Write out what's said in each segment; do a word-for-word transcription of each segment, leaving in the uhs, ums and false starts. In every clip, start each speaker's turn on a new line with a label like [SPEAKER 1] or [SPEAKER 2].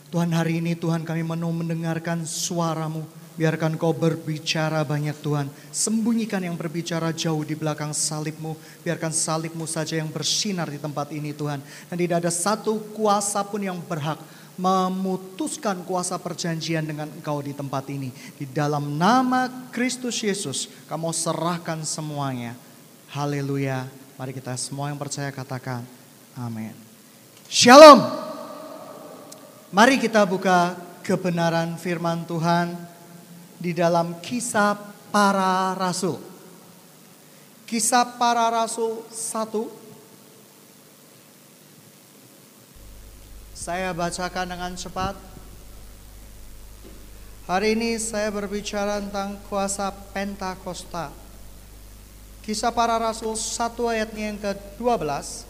[SPEAKER 1] Tuhan, hari ini Tuhan kami mau mendengarkan suara-Mu. Biarkan Kau berbicara banyak Tuhan. Sembunyikan yang berbicara jauh di belakang salib-Mu. Biarkan salib-Mu saja yang bersinar di tempat ini Tuhan. Dan tidak ada satu kuasa pun yang berhak memutuskan kuasa perjanjian dengan Engkau di tempat ini. Di dalam nama Kristus Yesus, Kamu serahkan semuanya. Haleluya. Mari kita semua yang percaya katakan amin. Shalom. Mari kita buka kebenaran firman Tuhan di dalam Kisah Para Rasul. Kisah Para Rasul satu. Saya bacakan dengan cepat. Hari ini saya berbicara tentang kuasa Pentakosta. Kisah Para Rasul satu ayatnya yang ke dua belas.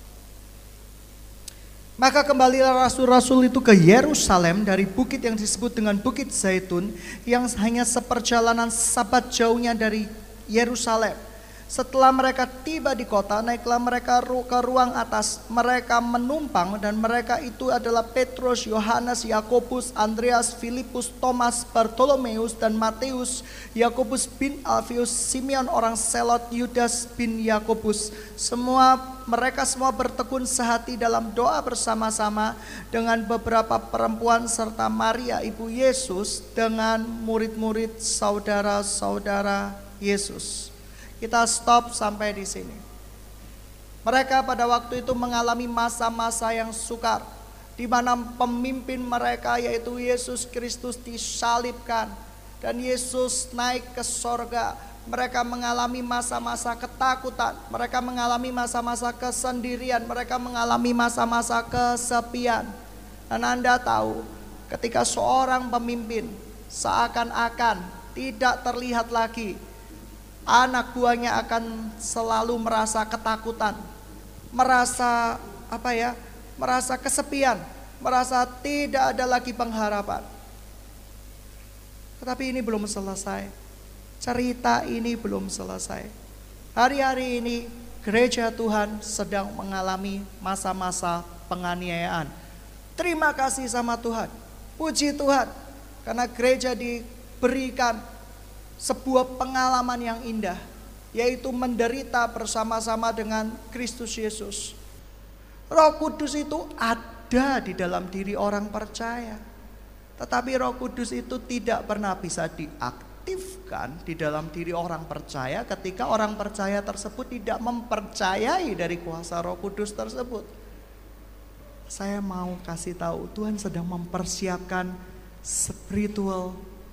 [SPEAKER 1] Maka kembalilah rasul-rasul itu ke Yerusalem dari bukit yang disebut dengan Bukit Zaitun, yang hanya seperjalanan sabat jauhnya dari Yerusalem. Setelah mereka tiba di kota, naiklah mereka ke ruang atas. Mereka menumpang, dan mereka itu adalah Petrus, Yohanes, Yakobus, Andreas, Filipus, Thomas, Bartolomeus, dan Matius, Yakobus bin Alfius, Simeon orang Selot, Yudas bin Yakobus. Semua mereka semua bertekun sehati dalam doa bersama-sama dengan beberapa perempuan serta Maria ibu Yesus dengan murid-murid saudara-saudara Yesus. Kita stop sampai di sini. Mereka pada waktu itu mengalami masa-masa yang sukar, di mana pemimpin mereka yaitu Yesus Kristus disalibkan dan Yesus naik ke sorga. Mereka mengalami masa-masa ketakutan, mereka mengalami masa-masa kesendirian, mereka mengalami masa-masa kesepian. Dan Anda tahu, ketika seorang pemimpin seakan-akan tidak terlihat lagi, anak buahnya akan selalu merasa ketakutan, merasa apa ya, merasa kesepian, merasa tidak ada lagi pengharapan. Tetapi ini belum selesai, cerita ini belum selesai. Hari-hari ini gereja Tuhan sedang mengalami masa-masa penganiayaan. Terima kasih sama Tuhan, puji Tuhan, karena gereja diberikan sebuah pengalaman yang indah, yaitu menderita bersama-sama dengan Kristus Yesus. Roh Kudus itu ada di dalam diri orang percaya, tetapi Roh Kudus itu tidak pernah bisa diaktifkan di dalam diri orang percaya ketika orang percaya tersebut tidak mempercayai dari kuasa Roh Kudus tersebut. Saya mau kasih tahu, Tuhan sedang mempersiapkan spiritual,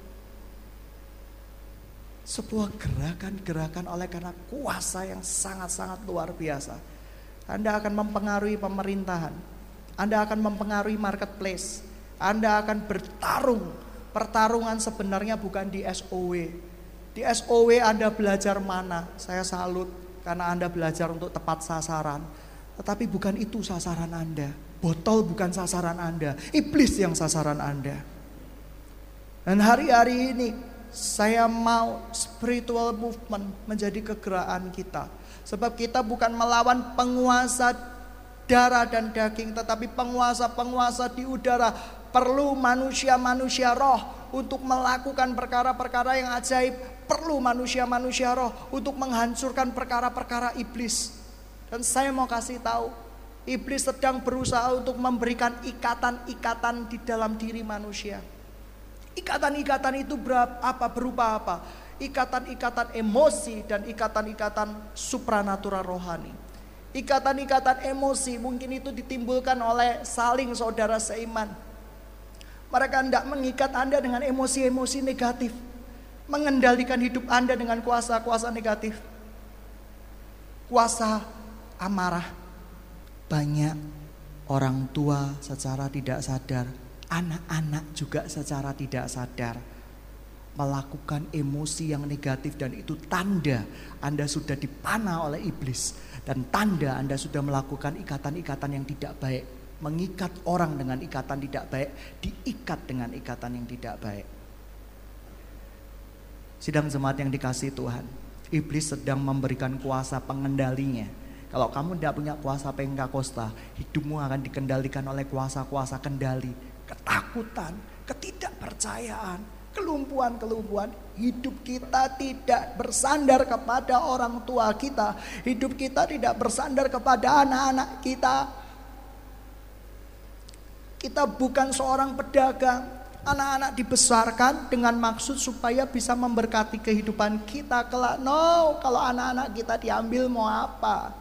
[SPEAKER 1] sebuah gerakan-gerakan oleh karena kuasa yang sangat-sangat luar biasa. Anda akan mempengaruhi pemerintahan, Anda akan mempengaruhi marketplace, Anda akan bertarung. Pertarungan sebenarnya bukan di S O W. Di S O W Anda belajar mana, saya salut karena Anda belajar untuk tepat sasaran. Tetapi bukan itu sasaran Anda. Botol bukan sasaran Anda, iblis yang sasaran Anda. Dan hari-hari ini saya mau spiritual movement menjadi kegerakan kita. Sebab kita bukan melawan penguasa darah dan daging, tetapi penguasa-penguasa di udara. Perlu manusia-manusia roh untuk melakukan perkara-perkara yang ajaib. Perlu manusia-manusia roh untuk menghancurkan perkara-perkara iblis. Dan saya mau kasih tahu, iblis sedang berusaha untuk memberikan ikatan-ikatan di dalam diri manusia. Ikatan-ikatan itu berapa, apa, berupa apa? Ikatan-ikatan emosi dan ikatan-ikatan supranatural rohani. Ikatan-ikatan emosi mungkin itu ditimbulkan oleh saling saudara seiman. Mereka hendak mengikat Anda dengan emosi-emosi negatif, mengendalikan hidup Anda dengan kuasa-kuasa negatif, kuasa amarah. Banyak orang tua secara tidak sadar, anak-anak juga secara tidak sadar melakukan emosi yang negatif, dan itu tanda Anda sudah dipanah oleh iblis, dan tanda Anda sudah melakukan ikatan-ikatan yang tidak baik. Mengikat orang dengan ikatan tidak baik, diikat dengan ikatan yang tidak baik. Sidang jemaat yang dikasihi Tuhan, iblis sedang memberikan kuasa pengendalinya. Kalau kamu tidak punya kuasa Pentakosta, hidupmu akan dikendalikan oleh kuasa-kuasa kendali, ketakutan, ketidakpercayaan, kelumpuhan-kelumpuhan. Hidup kita tidak bersandar kepada orang tua kita. Hidup kita tidak bersandar kepada anak-anak kita. Kita bukan seorang pedagang. Anak-anak dibesarkan dengan maksud supaya bisa memberkati kehidupan kita kelak. No, kalau anak-anak kita diambil mau apa?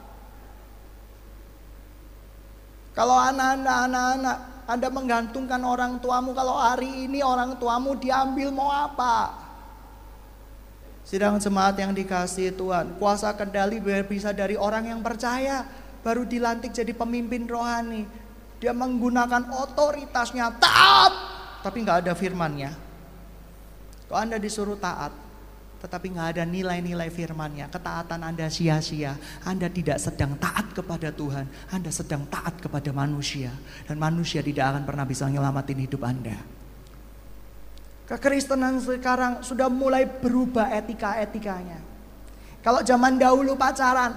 [SPEAKER 1] Kalau anak-anak, anak-anak Anda menggantungkan orang tuamu, kalau hari ini orang tuamu diambil mau apa? Sidang jemaat yang dikasihi Tuhan, kuasa kendali bisa dari orang yang percaya, baru dilantik jadi pemimpin rohani. Dia menggunakan otoritasnya, taat, tapi nggak ada firmannya. Kalau Anda disuruh taat, tetapi nggak ada nilai-nilai firmannya, ketaatan Anda sia-sia. Anda tidak sedang taat kepada Tuhan, Anda sedang taat kepada manusia. Dan manusia tidak akan pernah bisa menyelamatin hidup Anda. Kekristenan sekarang sudah mulai berubah etika-etikanya. Kalau zaman dahulu pacaran,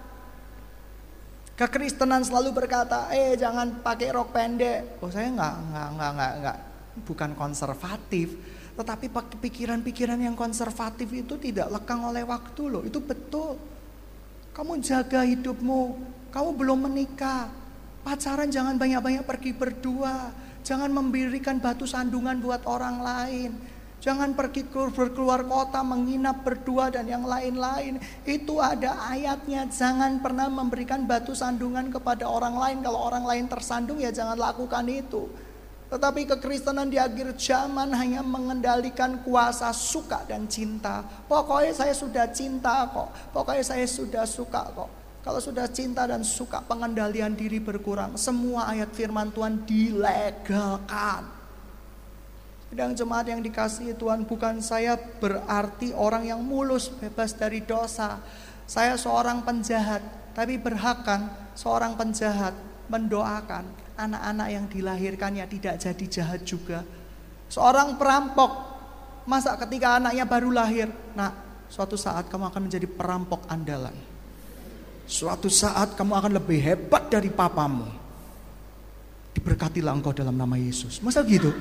[SPEAKER 1] kekristenan selalu berkata, eh jangan pakai rok pendek. Oh saya nggak, nggak, nggak, nggak, nggak, bukan konservatif. Tetapi pikiran-pikiran yang konservatif itu tidak lekang oleh waktu loh. Itu betul. Kamu jaga hidupmu. Kamu belum menikah. Pacaran jangan banyak-banyak pergi berdua. Jangan memberikan batu sandungan buat orang lain. Jangan pergi berkeluar kota menginap berdua dan yang lain-lain. Itu ada ayatnya. Jangan pernah memberikan batu sandungan kepada orang lain. Kalau orang lain tersandung ya jangan lakukan itu. Tetapi kekristenan di akhir zaman hanya mengendalikan kuasa suka dan cinta. Pokoknya saya sudah cinta kok. Pokoknya saya sudah suka kok. Kalau sudah cinta dan suka, pengendalian diri berkurang. Semua ayat firman Tuhan dilegalkan. Sedang jemaat yang dikasihi Tuhan, bukan saya berarti orang yang mulus, bebas dari dosa. Saya seorang penjahat, tapi berhak kan seorang penjahat mendoakan anak-anak yang dilahirkannya tidak jadi jahat juga. Seorang perampok, masa ketika anaknya baru lahir, nah suatu saat kamu akan menjadi perampok andalan. Suatu saat kamu akan lebih hebat dari papamu. Diberkatilah engkau dalam nama Yesus. Masa gitu?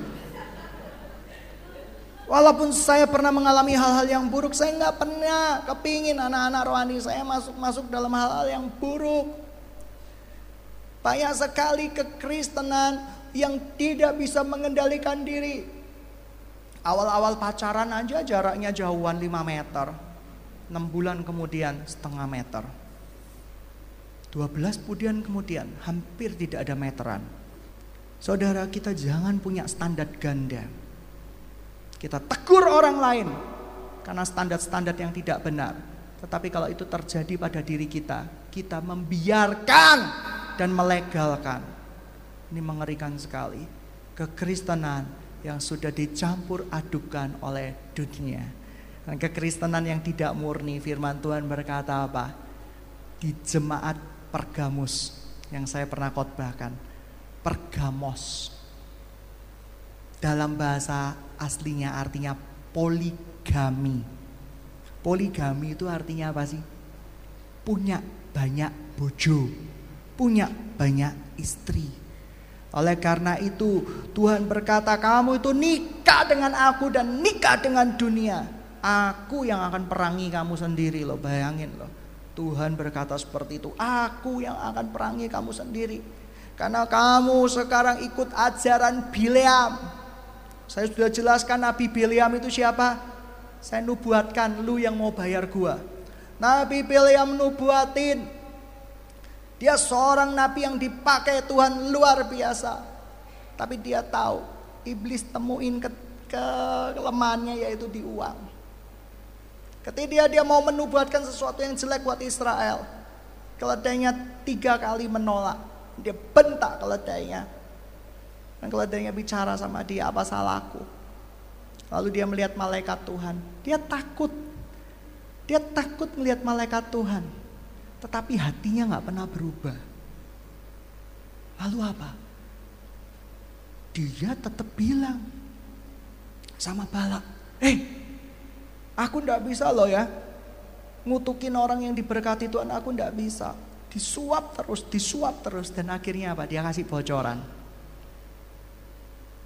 [SPEAKER 1] Walaupun saya pernah mengalami hal-hal yang buruk, saya gak pernah kepingin anak-anak rohani saya masuk-masuk dalam hal-hal yang buruk. Banyak sekali kekristenan yang tidak bisa mengendalikan diri. Awal-awal pacaran aja jaraknya jauhan lima meter. enam bulan kemudian setengah meter. dua belas bulan kemudian hampir tidak ada meteran. Saudara, kita jangan punya standar ganda. Kita tegur orang lain karena standar-standar yang tidak benar. Tetapi kalau itu terjadi pada diri kita, kita membiarkan dan melegalkan. Ini mengerikan sekali. Kekristenan yang sudah dicampur adukan oleh dunia. Dan kekristenan yang tidak murni, firman Tuhan berkata apa? Di jemaat Pergamus yang saya pernah khotbahkan, Pergamos. Dalam bahasa aslinya artinya poligami. Poligami itu artinya apa sih? Punya banyak bojo, punya banyak istri. Oleh karena itu Tuhan berkata, kamu itu nikah dengan aku dan nikah dengan dunia. Aku yang akan perangi kamu sendiri loh, bayangin loh. Tuhan berkata seperti itu, aku yang akan perangi kamu sendiri. Karena kamu sekarang ikut ajaran Bileam. Saya sudah jelaskan Nabi Bileam itu siapa? Saya nubuatkan, lu yang mau bayar gua. Nabi Bileam nubuatin. Dia seorang nabi yang dipakai Tuhan luar biasa. Tapi dia tahu iblis temuin ke, ke kelemahannya yaitu di uang. Ketika dia, dia mau menubuatkan sesuatu yang jelek buat Israel, keledainya tiga kali menolak. Dia bentak keledainya. Dan keledainya bicara sama dia, apa salahku? Lalu dia melihat malaikat Tuhan. Dia takut. Dia takut melihat malaikat Tuhan. Tetapi hatinya gak pernah berubah. Lalu apa? Dia tetap bilang sama Balak, Eh, aku gak bisa loh ya ngutukin orang yang diberkati Tuhan, aku gak bisa. Disuap terus, disuap terus. Dan akhirnya apa? Dia kasih bocoran.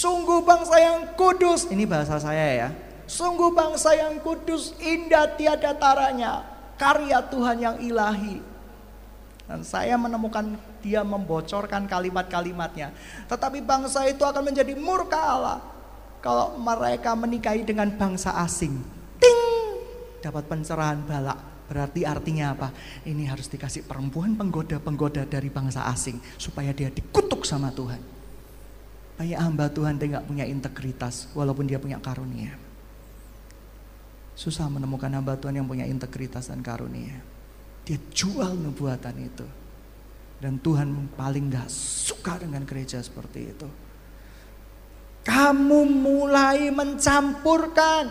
[SPEAKER 1] Sungguh bangsa yang kudus, ini bahasa saya ya. Sungguh bangsa yang kudus, indah tiada taranya, karya Tuhan yang ilahi. Dan saya menemukan dia membocorkan kalimat-kalimatnya. Tetapi bangsa itu akan menjadi murka Allah kalau mereka menikahi dengan bangsa asing. Ting! Dapat pencerahan Balak. Berarti artinya apa? Ini harus dikasih perempuan penggoda-penggoda dari bangsa asing supaya dia dikutuk sama Tuhan. Banyak hamba Tuhan dia gak punya integritas walaupun dia punya karunia. Susah menemukan hamba Tuhan yang punya integritas dan karunia. Dia jual nubuatan itu. Dan Tuhan paling gak suka dengan gereja seperti itu. Kamu mulai mencampurkan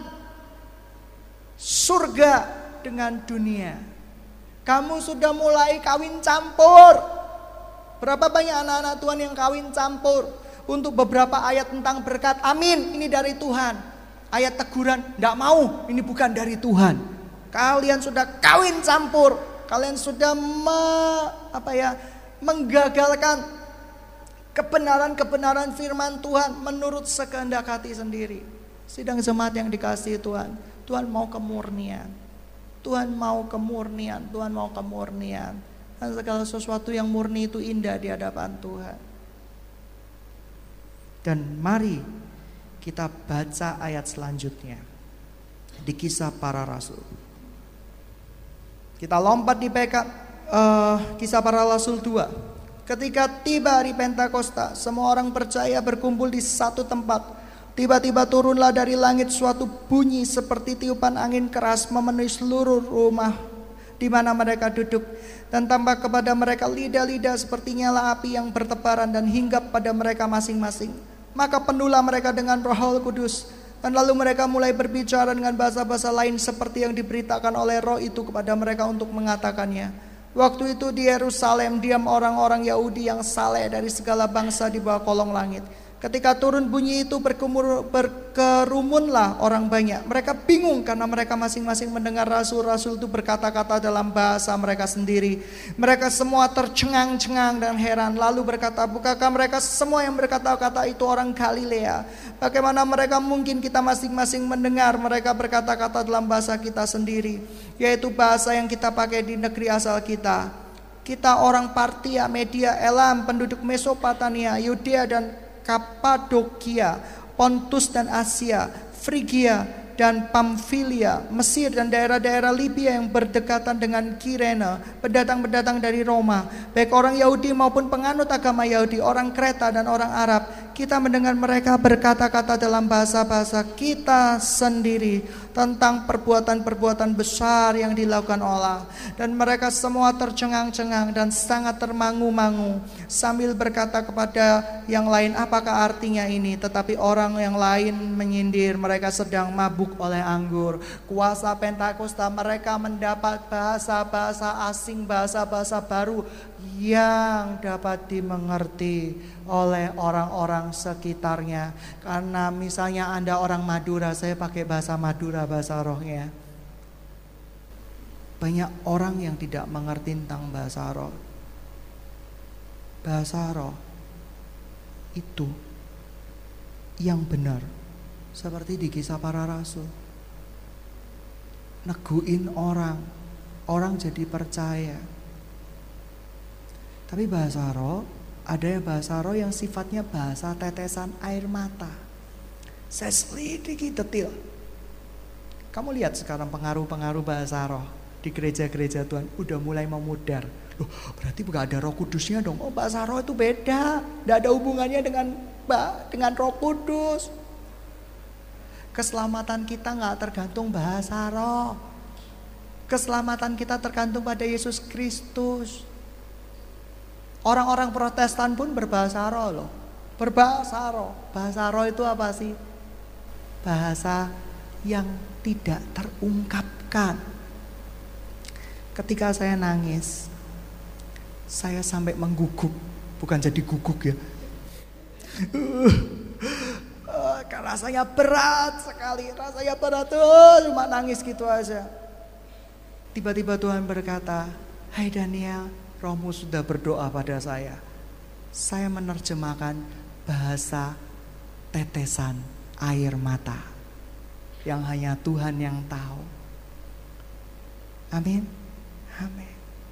[SPEAKER 1] surga dengan dunia. Kamu sudah mulai kawin campur. Berapa banyak anak-anak Tuhan yang kawin campur. Untuk beberapa ayat tentang berkat, amin, ini dari Tuhan. Ayat teguran, tidak mau, ini bukan dari Tuhan. Kalian sudah kawin campur. Kalian sudah me, apa ya, menggagalkan kebenaran-kebenaran firman Tuhan menurut sekehendak hati sendiri. Sidang jemaat yang dikasihi Tuhan, Tuhan mau kemurnian. Tuhan mau kemurnian, Tuhan mau kemurnian. Dan segala sesuatu yang murni itu indah di hadapan Tuhan. Dan mari kita baca ayat selanjutnya di Kisah Para Rasul. Kita lompat di peka, uh, Kisah Para Rasul dua. Ketika tiba hari Pentakosta, semua orang percaya berkumpul di satu tempat. Tiba-tiba turunlah dari langit suatu bunyi seperti tiupan angin keras memenuhi seluruh rumah di mana mereka duduk. Dan tampak kepada mereka lidah-lidah seperti nyala api yang bertebaran dan hinggap pada mereka masing-masing. Maka penuhlah mereka dengan Roh Kudus. Dan lalu mereka mulai berbicara dengan bahasa-bahasa lain seperti yang diberitakan oleh Roh itu kepada mereka untuk mengatakannya. Waktu itu di Yerusalem diam orang-orang Yahudi yang saleh dari segala bangsa di bawah kolong langit. Ketika turun bunyi itu berkumur, berkerumunlah orang banyak. Mereka bingung karena mereka masing-masing mendengar rasul-rasul itu berkata-kata dalam bahasa mereka sendiri. Mereka semua tercengang-cengang dan heran. Lalu berkata, bukankah mereka semua yang berkata-kata itu orang Galilea? Bagaimana mereka mungkin kita masing-masing mendengar mereka berkata-kata dalam bahasa kita sendiri, yaitu bahasa yang kita pakai di negeri asal kita. Kita orang Partia, Media, Elam, penduduk Mesopotamia, Yudea dan Kapadokia, Pontus dan Asia, Frigia dan Pamfilia, Mesir dan daerah-daerah Libya yang berdekatan dengan Kirene, pendatang-pendatang dari Roma, baik orang Yahudi maupun penganut agama Yahudi, orang Kreta dan orang Arab. Kita mendengar mereka berkata-kata dalam bahasa-bahasa kita sendiri tentang perbuatan-perbuatan besar yang dilakukan Allah. Dan mereka semua tercengang-cengang dan sangat termangu-mangu sambil berkata kepada yang lain, apakah artinya ini? Tetapi orang yang lain menyindir, mereka sedang mabuk oleh anggur. Kuasa Pentakosta, mereka mendapat bahasa-bahasa asing, bahasa-bahasa baru yang dapat dimengerti oleh orang-orang sekitarnya. Karena misalnya Anda orang Madura, saya pakai bahasa Madura, bahasa rohnya. Banyak orang yang tidak mengerti tentang bahasa roh. Bahasa roh itu yang benar, seperti di Kisah Para Rasul. Neguin orang, orang jadi percaya. Tapi bahasa roh, ada yang bahasa roh yang sifatnya bahasa tetesan air mata. Saya selidiki detil. Kamu lihat sekarang pengaruh-pengaruh bahasa roh di gereja-gereja Tuhan udah mulai memudar. Loh, berarti bukan ada Roh Kudusnya dong. Oh, bahasa roh itu beda, tidak ada hubungannya dengan dengan Roh Kudus. Keselamatan kita nggak tergantung bahasa roh. Keselamatan kita tergantung pada Yesus Kristus. Orang-orang Protestan pun berbahasa roh loh. Berbahasa roh. Bahasa roh itu apa sih? Bahasa yang tidak terungkapkan. Ketika saya nangis, saya sampai mengguguk. Bukan jadi guguk ya. Karena rasanya berat sekali. Rasanya berat tuh, cuma nangis gitu aja. Tiba-tiba Tuhan berkata, hai Daniel, rohmu sudah berdoa pada saya. Saya menerjemahkan bahasa tetesan air mata yang hanya Tuhan yang tahu. Amin. Amin.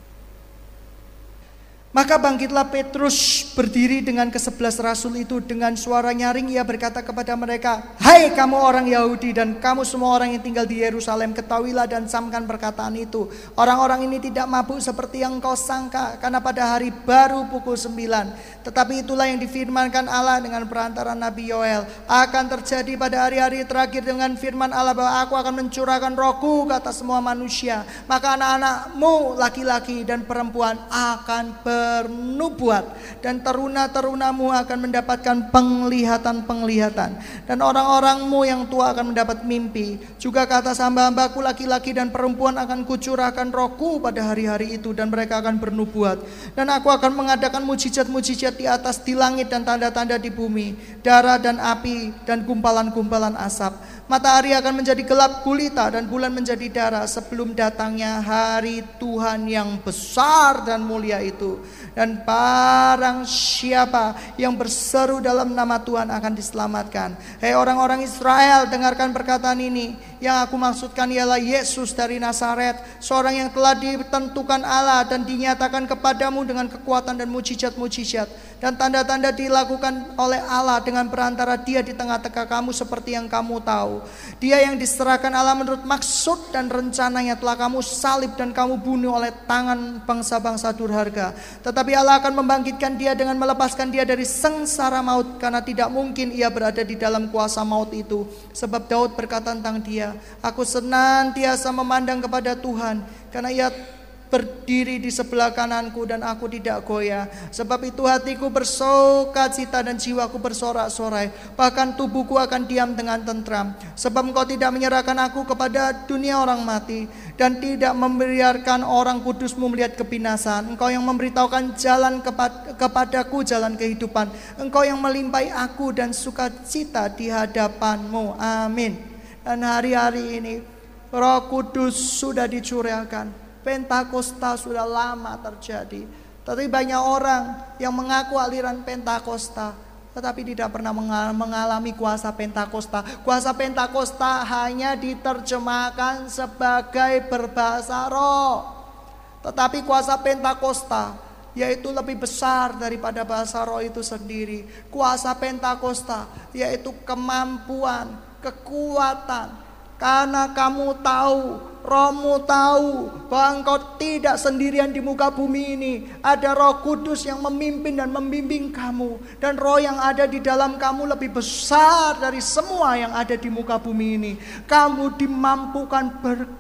[SPEAKER 1] Maka bangkitlah Petrus berdiri dengan kesebelas rasul itu, dengan suara nyaring ia berkata kepada mereka, "Hai kamu orang Yahudi dan kamu semua orang yang tinggal di Yerusalem, ketahuilah dan camkan perkataan itu. Orang-orang ini tidak mabuk seperti yang kau sangka, karena pada hari baru pukul sembilan. Tetapi itulah yang difirmankan Allah dengan perantara Nabi Yoel. Akan terjadi pada hari-hari terakhir dengan firman Allah bahwa aku akan mencurahkan rohku ke atas semua manusia. Maka anak-anakmu laki-laki dan perempuan akan ber bernubuat, dan teruna-terunamu akan mendapatkan penglihatan-penglihatan, dan orang-orangmu yang tua akan mendapat mimpi. Juga ke atas hamba-hambaku laki-laki dan perempuan akan kucurahkan rohku pada hari-hari itu, dan mereka akan bernubuat. Dan aku akan mengadakan mujizat-mujizat di atas di langit dan tanda-tanda di bumi, darah dan api dan gumpalan-gumpalan asap. Matahari akan menjadi gelap gulita dan bulan menjadi darah sebelum datangnya hari Tuhan yang besar dan mulia itu. Dan barang siapa yang berseru dalam nama Tuhan akan diselamatkan. Hei orang-orang Israel, dengarkan perkataan ini. Yang aku maksudkan ialah Yesus dari Nazaret, seorang yang telah ditentukan Allah dan dinyatakan kepadamu dengan kekuatan dan mujizat-mujizat dan tanda-tanda dilakukan oleh Allah dengan perantara Dia di tengah-tengah kamu seperti yang kamu tahu. Dia yang diserahkan Allah menurut maksud dan rencananya telah kamu salib dan kamu bunuh oleh tangan bangsa-bangsa durhaka. Tetapi Allah akan membangkitkan Dia dengan melepaskan Dia dari sengsara maut, karena tidak mungkin Ia berada di dalam kuasa maut itu. Sebab Daud berkata tentang Dia, aku senantiasa memandang kepada Tuhan, karena Ia berdiri di sebelah kananku dan aku tidak goyah. Sebab itu hatiku bersukacita dan jiwaku bersorak-sorai, bahkan tubuhku akan diam dengan tentram. Sebab Engkau tidak menyerahkan aku kepada dunia orang mati, dan tidak membiarkan orang kudusmu melihat kebinasaan. Engkau yang memberitahukan jalan kepa- kepadaku jalan kehidupan. Engkau yang melimpahi aku dan sukacita di hadapanmu. Amin. Dan hari-hari ini Roh Kudus sudah dicurahkan. Pentakosta sudah lama terjadi, tapi banyak orang yang mengaku aliran Pentakosta tetapi tidak pernah mengalami kuasa Pentakosta. Kuasa Pentakosta hanya diterjemahkan sebagai berbahasa roh, tetapi kuasa Pentakosta yaitu lebih besar daripada bahasa roh itu sendiri. Kuasa Pentakosta yaitu kemampuan, kekuatan, karena kamu tahu, rohmu tahu bahwa engkau tidak sendirian di muka bumi ini. Ada Roh Kudus yang memimpin dan membimbing kamu. Dan roh yang ada di dalam kamu lebih besar dari semua yang ada di muka bumi ini. Kamu dimampukan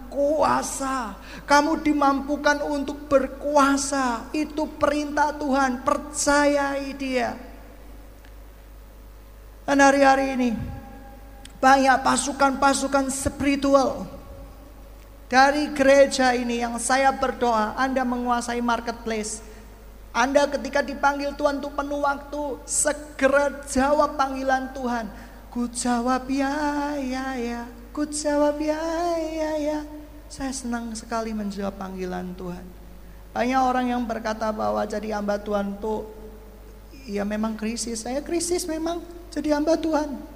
[SPEAKER 1] berkuasa. Kamu dimampukan untuk berkuasa. Itu perintah Tuhan, percayai Dia. Dan hari-hari ini banyak pasukan-pasukan spiritual dari gereja ini yang saya berdoa Anda menguasai marketplace. Anda ketika dipanggil Tuhan untuk penuh waktu, segera jawab panggilan Tuhan. Ku jawab ya, ya, ya. Ku jawab ya, ya, ya. Saya senang sekali menjawab panggilan Tuhan. Banyak orang yang berkata bahwa jadi hamba Tuhan itu ya memang krisis. Saya krisis memang jadi hamba Tuhan.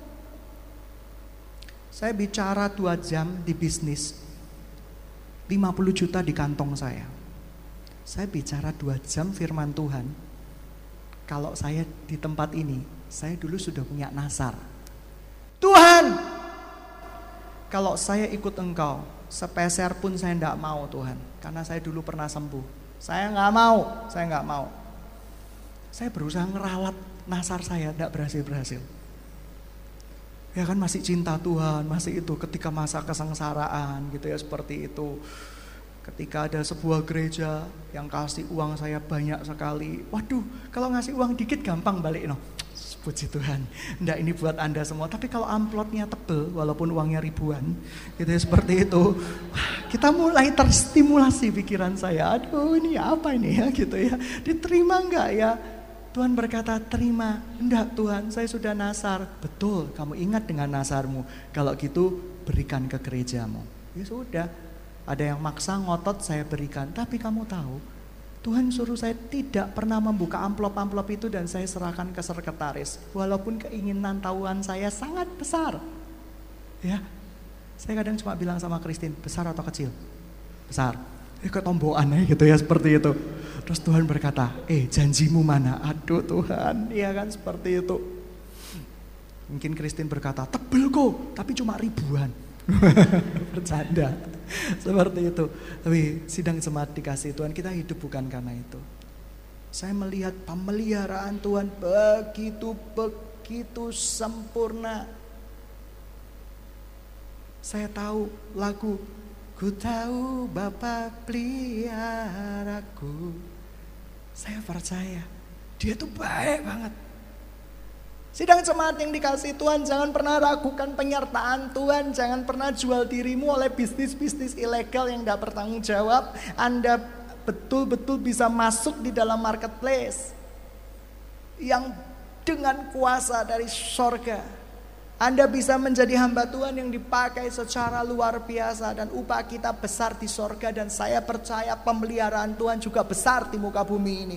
[SPEAKER 1] Saya bicara dua jam di bisnis, lima puluh juta di kantong saya. Saya bicara dua jam firman Tuhan. Kalau saya di tempat ini, saya dulu sudah punya nasar. Tuhan, kalau saya ikut Engkau, sepeser pun saya tidak mau Tuhan. Karena saya dulu pernah sembuh. Saya nggak mau, saya nggak mau. Saya berusaha ngeralat nasar saya, tidak berhasil-berhasil. Ya kan masih cinta Tuhan, masih itu ketika masa kesengsaraan gitu ya seperti itu. Ketika ada sebuah gereja yang kasih uang saya banyak sekali. Waduh, kalau ngasih uang dikit gampang balik no. Puji Tuhan. Nggak ini buat Anda semua, tapi kalau amplopnya tebel walaupun uangnya ribuan, gitu ya seperti itu. Kita mulai terstimulasi pikiran saya. Aduh, ini apa ini ya gitu ya. Diterima enggak ya? Tuhan berkata, terima. Enggak Tuhan, saya sudah nasar. Betul, kamu ingat dengan nasarmu. Kalau gitu, berikan ke gerejamu. Ya sudah, ada yang maksa ngotot saya berikan. Tapi kamu tahu, Tuhan suruh saya tidak pernah membuka amplop-amplop itu dan saya serahkan ke sekretaris. Walaupun keinginan tahuan saya sangat besar. Ya, saya kadang cuma bilang sama Christine, besar atau kecil? Besar. Eh ketombokan aja gitu ya, seperti itu. Terus Tuhan berkata, eh janjimu mana? Aduh Tuhan, iya kan seperti itu. Mungkin Christine berkata, tebel kok, tapi cuma ribuan. Bercanda. Seperti itu. Tapi sidang jemaat dikasih Tuhan, kita hidup bukan karena itu. Saya melihat pemeliharaan Tuhan begitu-begitu sempurna. Saya tahu lagu Ku tahu Bapa peliharaku. Saya percaya Dia tuh baik banget. Sidang jemaat yang dikasih Tuhan, jangan pernah ragukan penyertaan Tuhan. Jangan pernah jual dirimu oleh bisnis-bisnis ilegal yang tidak bertanggung jawab. Anda betul-betul bisa masuk di dalam marketplace yang dengan kuasa dari sorga. Anda bisa menjadi hamba Tuhan yang dipakai secara luar biasa. Dan upah kita besar di sorga. Dan saya percaya pemeliharaan Tuhan juga besar di muka bumi ini.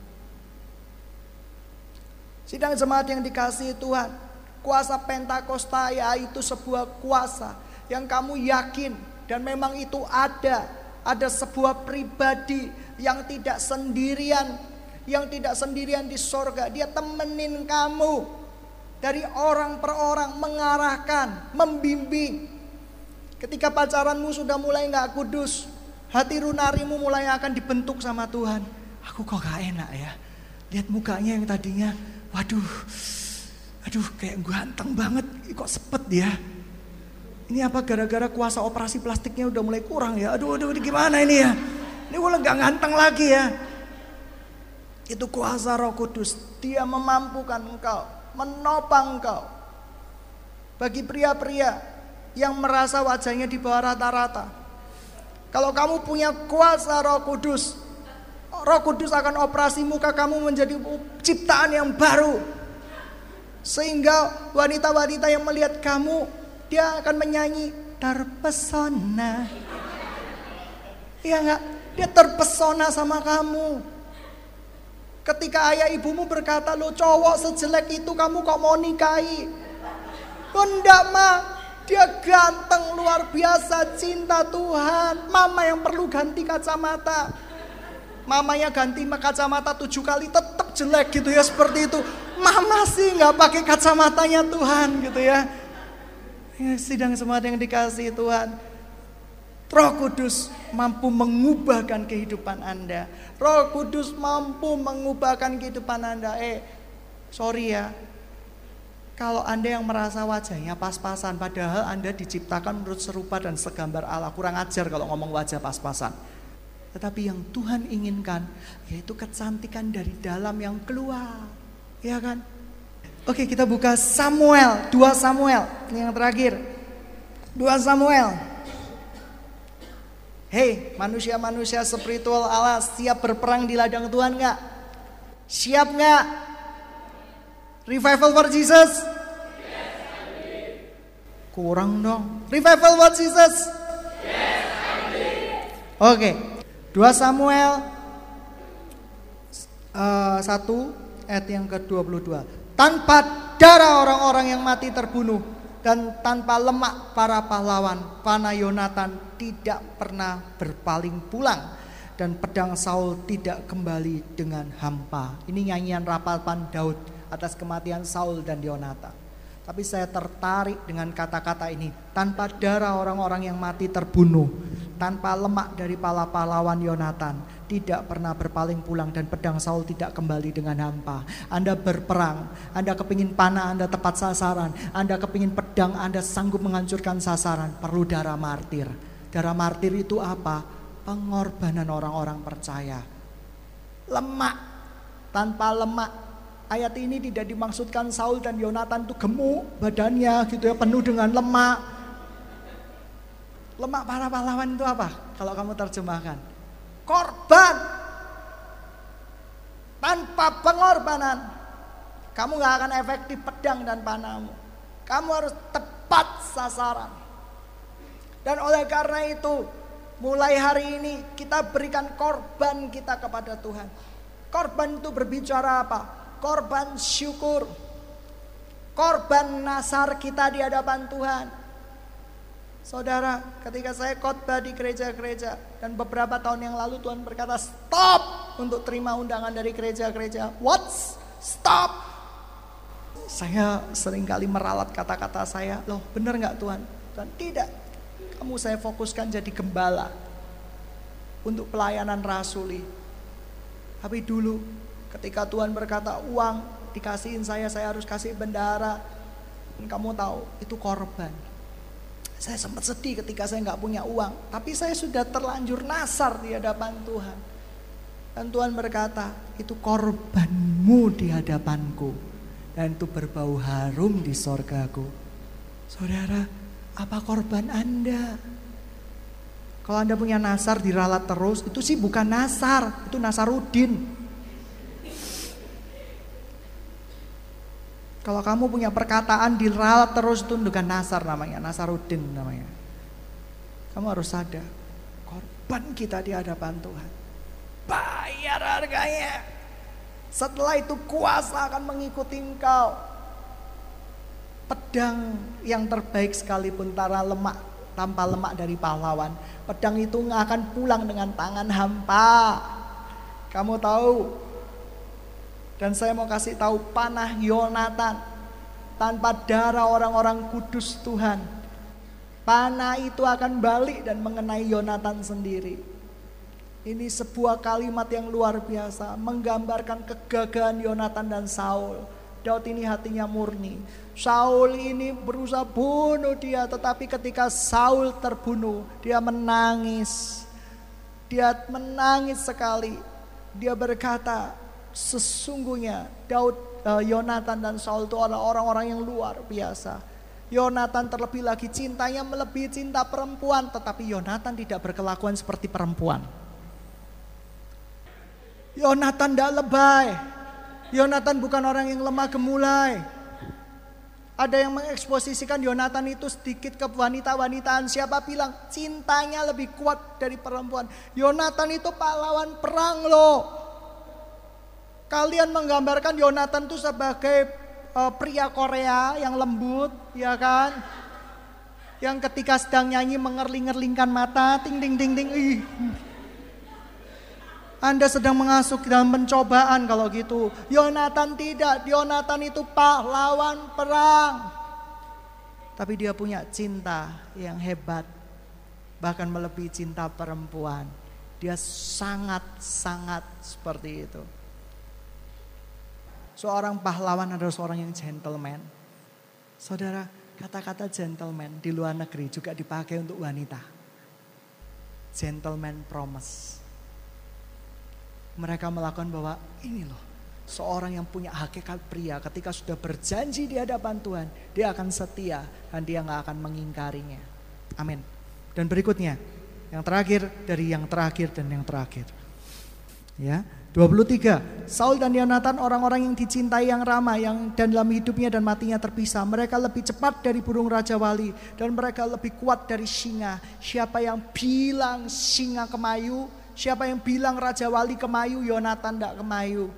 [SPEAKER 1] Sidang jemaat yang dikasihi Tuhan, kuasa Pentakosta ya itu sebuah kuasa yang kamu yakin dan memang itu ada. Ada sebuah pribadi yang tidak sendirian, yang tidak sendirian di sorga. Dia temenin kamu dari orang per orang, mengarahkan, membimbing. Ketika pacaranmu sudah mulai gak kudus, hati runarimu mulai akan dibentuk sama Tuhan. Aku kok gak enak ya, lihat mukanya yang tadinya waduh, aduh kayak ganteng banget, kok sepet ya. Ini apa gara-gara kuasa operasi plastiknya udah mulai kurang ya. Aduh, aduh, ini gimana ini ya. Ini gue gak ganteng lagi ya. Itu kuasa Roh Kudus. Dia memampukan engkau, menopang engkau. Bagi pria-pria yang merasa wajahnya di bawah rata-rata, kalau kamu punya kuasa Roh Kudus, Roh Kudus akan operasi muka kamu menjadi ciptaan yang baru. Sehingga wanita-wanita yang melihat kamu, dia akan menyanyi terpesona. Iya enggak? Dia terpesona sama kamu. Ketika ayah ibumu berkata, lo cowok sejelek itu kamu kok mau nikahi? Oh enggak ma, dia ganteng luar biasa, cinta Tuhan. Mama yang perlu ganti kacamata. Mamanya ganti kacamata tujuh kali tetap jelek gitu ya, seperti itu. Mama sih nggak pakai kacamatanya Tuhan gitu ya. Sidang jemaat yang dikasihi Tuhan, Roh Kudus mampu mengubahkan kehidupan Anda. Roh Kudus mampu mengubahkan kehidupan Anda. Eh, sorry ya, kalau Anda yang merasa wajahnya pas-pasan, padahal Anda diciptakan menurut serupa dan segambar Allah. Kurang ajar kalau ngomong wajah pas-pasan. Tetapi yang Tuhan inginkan yaitu kecantikan dari dalam yang keluar. Ya kan? Oke, kita buka Samuel, dua Samuel. Ini yang terakhir. dua Samuel. Hei, manusia-manusia spiritual Allah, siap berperang di ladang Tuhan gak? Siap gak? Revival for Jesus? Kurang dong. Revival for Jesus? Oke. dua Samuel uh, satu ayat yang ke dua puluh dua. Tanpa darah orang-orang yang mati terbunuh dan tanpa lemak para pahlawan, panah Yonatan tidak pernah berpaling pulang dan pedang Saul tidak kembali dengan hampa. Ini nyanyian rapapan Daud atas kematian Saul dan Yonatan. Tapi saya tertarik dengan kata-kata ini. Tanpa darah orang-orang yang mati terbunuh, tanpa lemak dari para pahlawan Yonatan tidak pernah berpaling pulang dan pedang Saul tidak kembali dengan hampa. Anda berperang, Anda kepingin panah Anda tepat sasaran, Anda kepingin pedang Anda sanggup menghancurkan sasaran, perlu darah martir. Darah martir itu apa? Pengorbanan orang-orang percaya. Lemak, tanpa lemak. Ayat ini tidak dimaksudkan Saul dan Yonatan itu gemuk badannya gitu ya, penuh dengan lemak. Lemak para pahlawan itu apa? Kalau kamu terjemahkan, korban. Tanpa pengorbanan kamu gak akan efektif pedang dan panahmu. Kamu harus tepat sasaran. Dan oleh karena itu Mulai hari ini kita berikan korban kita kepada Tuhan. Korban itu berbicara apa? Korban syukur. Korban nasar kita di hadapan Tuhan. Saudara, ketika saya khotbah di gereja-gereja dan beberapa tahun yang lalu Tuhan berkata stop untuk terima undangan dari gereja-gereja. What? Stop. Saya seringkali meralat kata-kata saya. Loh, benar gak Tuhan? Tuhan, tidak. Kamu saya fokuskan jadi gembala untuk pelayanan rasuli. Tapi dulu ketika Tuhan berkata uang dikasihin saya, saya harus kasih bendahara. Dan kamu tahu itu korban. Saya sempat sedih ketika saya gak punya uang. Tapi saya sudah terlanjur nasar di hadapan Tuhan. Dan Tuhan berkata, itu korbanmu di hadapanku. Dan itu berbau harum di sorgaku. Saudara, apa korban Anda? Kalau Anda punya nasar diralat terus, itu sih bukan nasar, itu nasarudin. Kalau kamu punya perkataan diralat terus, itu bukan nasar namanya, nasarudin namanya. Kamu harus sadar, korban kita di hadapan Tuhan. Bayar harganya. Setelah itu kuasa akan mengikuti engkau. Pedang yang terbaik sekalipun tanpa lemak, tanpa lemak dari pahlawan, pedang itu nggak akan pulang dengan tangan hampa. Kamu tahu? Dan saya mau kasih tahu panah Yonatan tanpa darah orang-orang kudus Tuhan, panah itu akan balik dan mengenai Yonatan sendiri. Ini sebuah kalimat yang luar biasa, menggambarkan kegagahan Yonatan dan Saul. Daud ini hatinya murni. Saul ini berusaha bunuh dia, tetapi ketika Saul terbunuh, dia menangis. Dia menangis sekali. Dia berkata, sesungguhnya Daud, uh, Yonatan dan Saul itu adalah orang-orang yang luar biasa. Yonatan terlebih lagi cintanya melebihi cinta perempuan, tetapi Yonatan tidak berkelakuan seperti perempuan. Yonatan tidak lebay. Yonatan bukan orang yang lemah gemulai. Ada yang mengeksposisikan Yonatan itu sedikit ke wanita-wanitaan. Siapa bilang cintanya lebih kuat dari perempuan? Yonatan itu pahlawan perang loh. Kalian menggambarkan Yonatan itu sebagai uh, pria Korea yang lembut, ya kan? Yang ketika sedang nyanyi mengerling-ngerlingkan mata, ting ting ting ting. Ih. Anda sedang mengasuh dalam pencobaan kalau gitu. Yonatan tidak, Yonatan itu pahlawan perang. Tapi dia punya cinta yang hebat, bahkan melebihi cinta perempuan. Dia sangat-sangat seperti itu. Seorang pahlawan adalah seorang yang gentleman. Saudara, kata-kata gentleman di luar negeri juga dipakai untuk wanita. Gentleman promise. Mereka melakukan bahwa ini loh, seorang yang punya hakikat pria ketika sudah berjanji di hadapan Tuhan, dia akan setia dan dia gak akan mengingkarinya. Amin. Dan berikutnya, yang terakhir dari yang terakhir dan yang terakhir. Ya, dua puluh tiga. Saul dan Yonatan orang-orang yang dicintai, yang ramah, yang dan dalam hidupnya dan matinya terpisah. Mereka lebih cepat dari burung raja wali dan mereka lebih kuat dari singa. Siapa yang bilang singa kemayu? Siapa yang bilang Raja Wali kemayu? Yonatan tidak kemayu.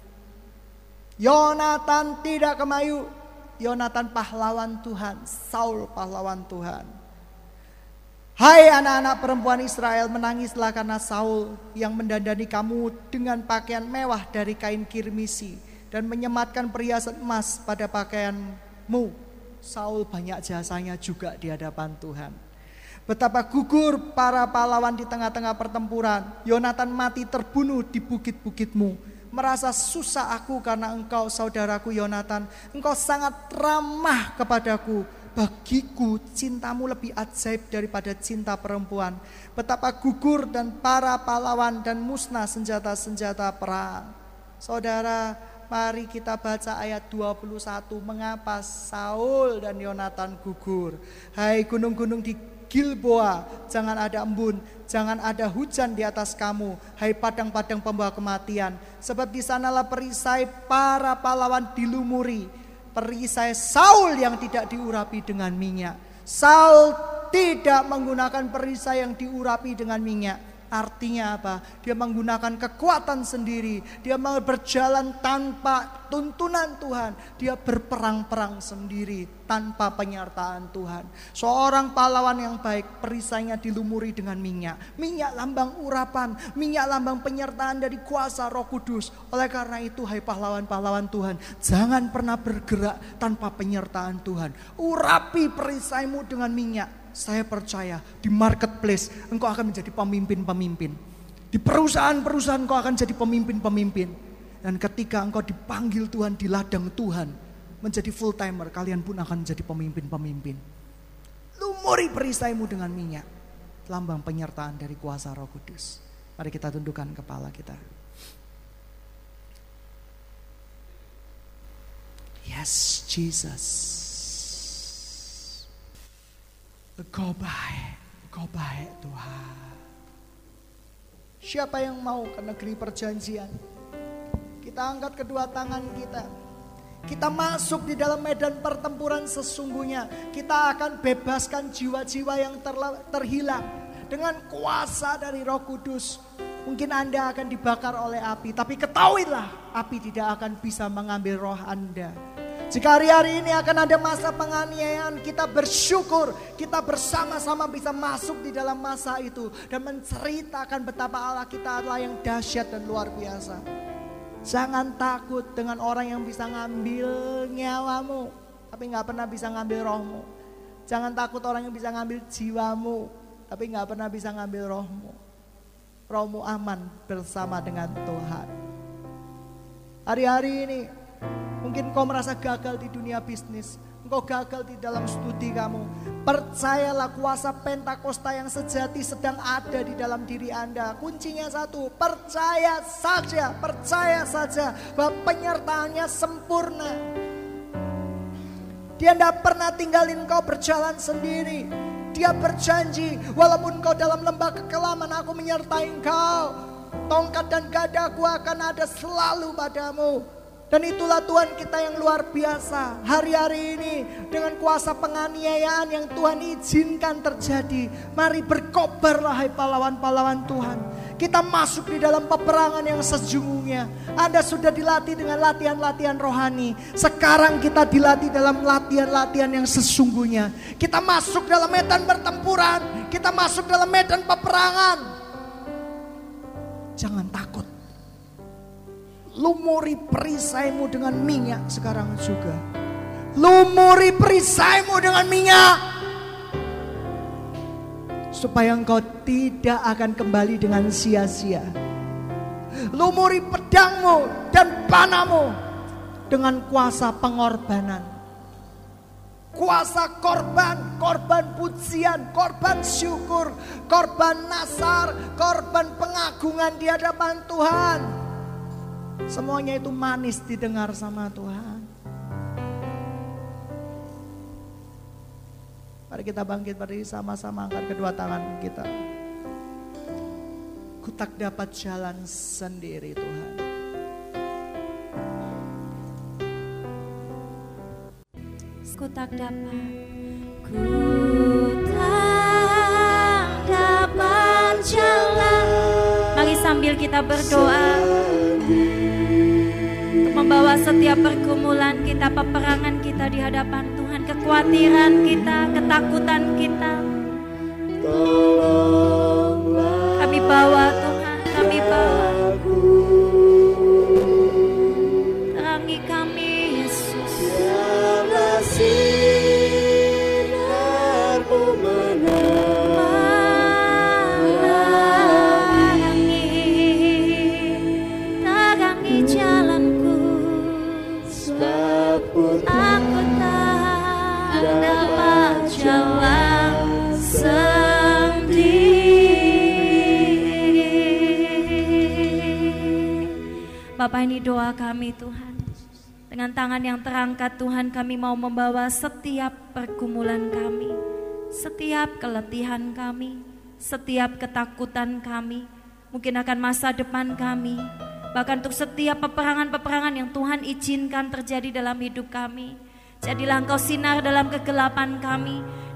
[SPEAKER 1] Yonatan tidak kemayu. Yonatan pahlawan Tuhan. Saul pahlawan Tuhan. Hai anak-anak perempuan Israel, menangislah karena Saul yang mendandani kamu dengan pakaian mewah dari kain kirmisi dan menyematkan perhiasan emas pada pakaianmu. Saul banyak jasanya juga di hadapan Tuhan. Betapa gugur para pahlawan di tengah-tengah pertempuran. Yonatan mati terbunuh di bukit-bukitmu. Merasa susah aku karena engkau saudaraku Yonatan. Engkau sangat ramah kepadaku. Bagiku cintamu lebih ajaib daripada cinta perempuan. Betapa gugur dan para pahlawan dan musnah senjata-senjata perang. Saudara, mari kita baca ayat dua puluh satu. Mengapa Saul dan Yonatan gugur? Hai gunung-gunung di Gilboa, jangan ada embun, jangan ada hujan di atas kamu, hai padang-padang pembawa kematian. Sebab di sanalah perisai para pahlawan dilumuri, perisai Saul yang tidak diurapi dengan minyak. Saul tidak menggunakan perisai yang diurapi dengan minyak. Artinya apa? Dia menggunakan kekuatan sendiri. Dia mau berjalan tanpa tuntunan Tuhan. Dia berperang-perang sendiri tanpa penyertaan Tuhan. Seorang pahlawan yang baik, perisainya dilumuri dengan minyak. Minyak lambang urapan, minyak lambang penyertaan dari kuasa Roh Kudus. Oleh karena itu, hai pahlawan-pahlawan Tuhan, jangan pernah bergerak tanpa penyertaan Tuhan. Urapi perisaimu dengan minyak. Saya percaya di marketplace engkau akan menjadi pemimpin-pemimpin. Di perusahaan-perusahaan engkau akan jadi pemimpin-pemimpin. Dan ketika engkau dipanggil Tuhan di ladang Tuhan menjadi full timer, kalian pun akan menjadi pemimpin-pemimpin. Lumuri perisaimu dengan minyak, lambang penyertaan dari kuasa Roh Kudus. Mari kita tundukkan kepala kita. Yes, Jesus. Engkau baik, Engkau baik Tuhan. Siapa yang mau ke negeri perjanjian? Kita angkat kedua tangan kita. Kita masuk di dalam medan pertempuran sesungguhnya. Kita akan bebaskan jiwa-jiwa yang terla- terhilang dengan kuasa dari Roh Kudus. Mungkin Anda akan dibakar oleh api, tapi ketahuilah api tidak akan bisa mengambil roh Anda. Jika hari-hari ini akan ada masa penganiayaan, kita bersyukur kita bersama-sama bisa masuk di dalam masa itu dan menceritakan betapa Allah kita adalah yang dahsyat dan luar biasa. Jangan takut dengan orang yang bisa ngambil nyawamu tapi gak pernah bisa ngambil rohmu. Jangan takut orang yang bisa ngambil jiwamu tapi gak pernah bisa ngambil rohmu. Rohmu aman bersama dengan Tuhan. Hari-hari ini mungkin kau merasa gagal di dunia bisnis, engkau gagal di dalam studi kamu. Percayalah kuasa Pentakosta yang sejati sedang ada di dalam diri Anda. Kuncinya satu, percaya saja, percaya saja bahwa penyertaannya sempurna. Dia tidak pernah tinggalin kau berjalan sendiri. Dia berjanji, walaupun kau dalam lembah kekelaman, aku menyertai engkau. Tongkat dan gadaku akan ada selalu padamu. Dan itulah Tuhan kita yang luar biasa. Hari-hari ini dengan kuasa penganiayaan yang Tuhan izinkan terjadi, mari berkobarlah hai pahlawan-pahlawan Tuhan. Kita masuk di dalam peperangan yang sesungguhnya. Anda sudah dilatih dengan latihan-latihan rohani. Sekarang kita dilatih dalam latihan-latihan yang sesungguhnya. Kita masuk dalam medan pertempuran. Kita masuk dalam medan peperangan. Jangan takut. Lumuri perisaimu dengan minyak sekarang juga. Lumuri perisaimu dengan minyak. Supaya engkau tidak akan kembali dengan sia-sia. Lumuri pedangmu dan panahmu dengan kuasa pengorbanan. Kuasa korban, korban pujian, korban syukur, korban nasar, korban pengagungan di hadapan Tuhan. Semuanya itu manis didengar sama Tuhan. Mari kita bangkit, mari sama-sama angkat kedua tangan kita. Ku tak dapat jalan sendiri Tuhan.
[SPEAKER 2] Ku tak dapat, ku tak dapat jalan. Mari sambil kita berdoa untuk membawa setiap pergumulan kita, peperangan kita di hadapan Tuhan, kekhawatiran kita, ketakutan kita. Kami bawa Tuhan, kami bawa. Terangi kami Yesus.
[SPEAKER 3] Biarlah sinarmu
[SPEAKER 2] Terangi, terangi jalanku.
[SPEAKER 3] sebut
[SPEAKER 2] Aku tak dapat jalan sendiri. Bapak, ini doa kami Tuhan. Dengan tangan yang terangkat Tuhan, kami mau membawa setiap pergumulan kami, setiap keletihan kami, setiap ketakutan kami, mungkin akan masa depan kami, bahkan untuk setiap peperangan-peperangan yang Tuhan izinkan terjadi dalam hidup kami. Jadilah Engkau sinar dalam kegelapan kami,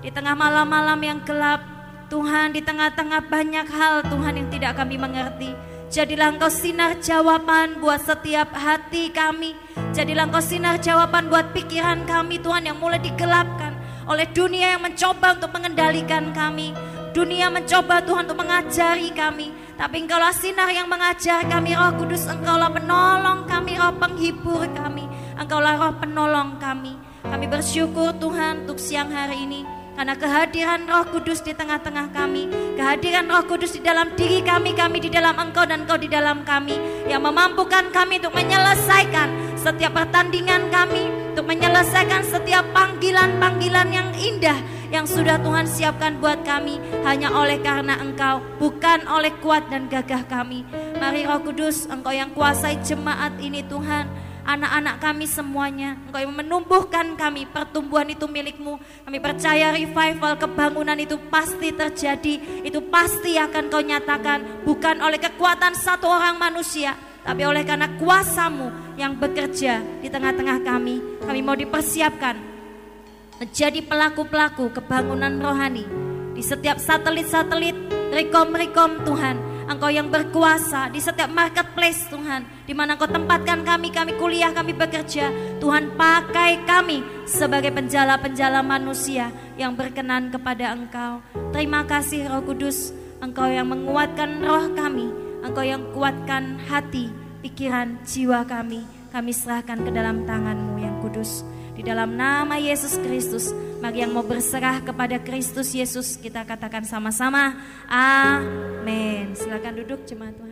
[SPEAKER 2] di tengah malam-malam yang gelap, Tuhan, di tengah-tengah banyak hal Tuhan yang tidak kami mengerti, jadilah Engkau sinar jawaban buat setiap hati kami. Jadilah Engkau sinar jawaban buat pikiran kami Tuhan yang mulai digelapkan oleh dunia yang mencoba untuk mengendalikan kami. Dunia mencoba Tuhan untuk mengajari kami, tapi Engkaulah sinar yang mengajar kami. Roh Kudus, Engkaulah penolong kami, Roh penghibur kami, Engkaulah Roh penolong kami. Kami bersyukur Tuhan untuk siang hari ini, karena kehadiran Roh Kudus di tengah-tengah kami, kehadiran Roh Kudus di dalam diri kami, kami di dalam Engkau dan Engkau di dalam kami, yang memampukan kami untuk menyelesaikan setiap pertandingan kami, untuk menyelesaikan setiap panggilan-panggilan yang indah yang sudah Tuhan siapkan buat kami, hanya oleh karena Engkau, bukan oleh kuat dan gagah kami. Mari Roh Kudus, Engkau yang kuasai jemaat ini Tuhan, anak-anak kami semuanya, Engkau yang menumbuhkan kami, pertumbuhan itu milik-Mu. Kami percaya revival, kebangunan itu pasti terjadi, itu pasti akan Kau nyatakan, bukan oleh kekuatan satu orang manusia, tapi oleh karena kuasa-Mu yang bekerja di tengah-tengah kami. Kami mau dipersiapkan menjadi pelaku-pelaku kebangunan rohani di setiap satelit-satelit, rekom-rekom Tuhan. Engkau yang berkuasa di setiap marketplace Tuhan, di mana Engkau tempatkan kami, kami kuliah, kami bekerja. Tuhan, pakai kami sebagai penjala-penjala manusia yang berkenan kepada Engkau. Terima kasih Roh Kudus, Engkau yang menguatkan roh kami, Engkau yang kuatkan hati, pikiran, jiwa kami. Kami serahkan ke dalam tangan-Mu yang kudus. Di dalam nama Yesus Kristus, mari yang mau berserah kepada Kristus Yesus, kita katakan sama-sama, amin. Silakan duduk jemaat Tuhan.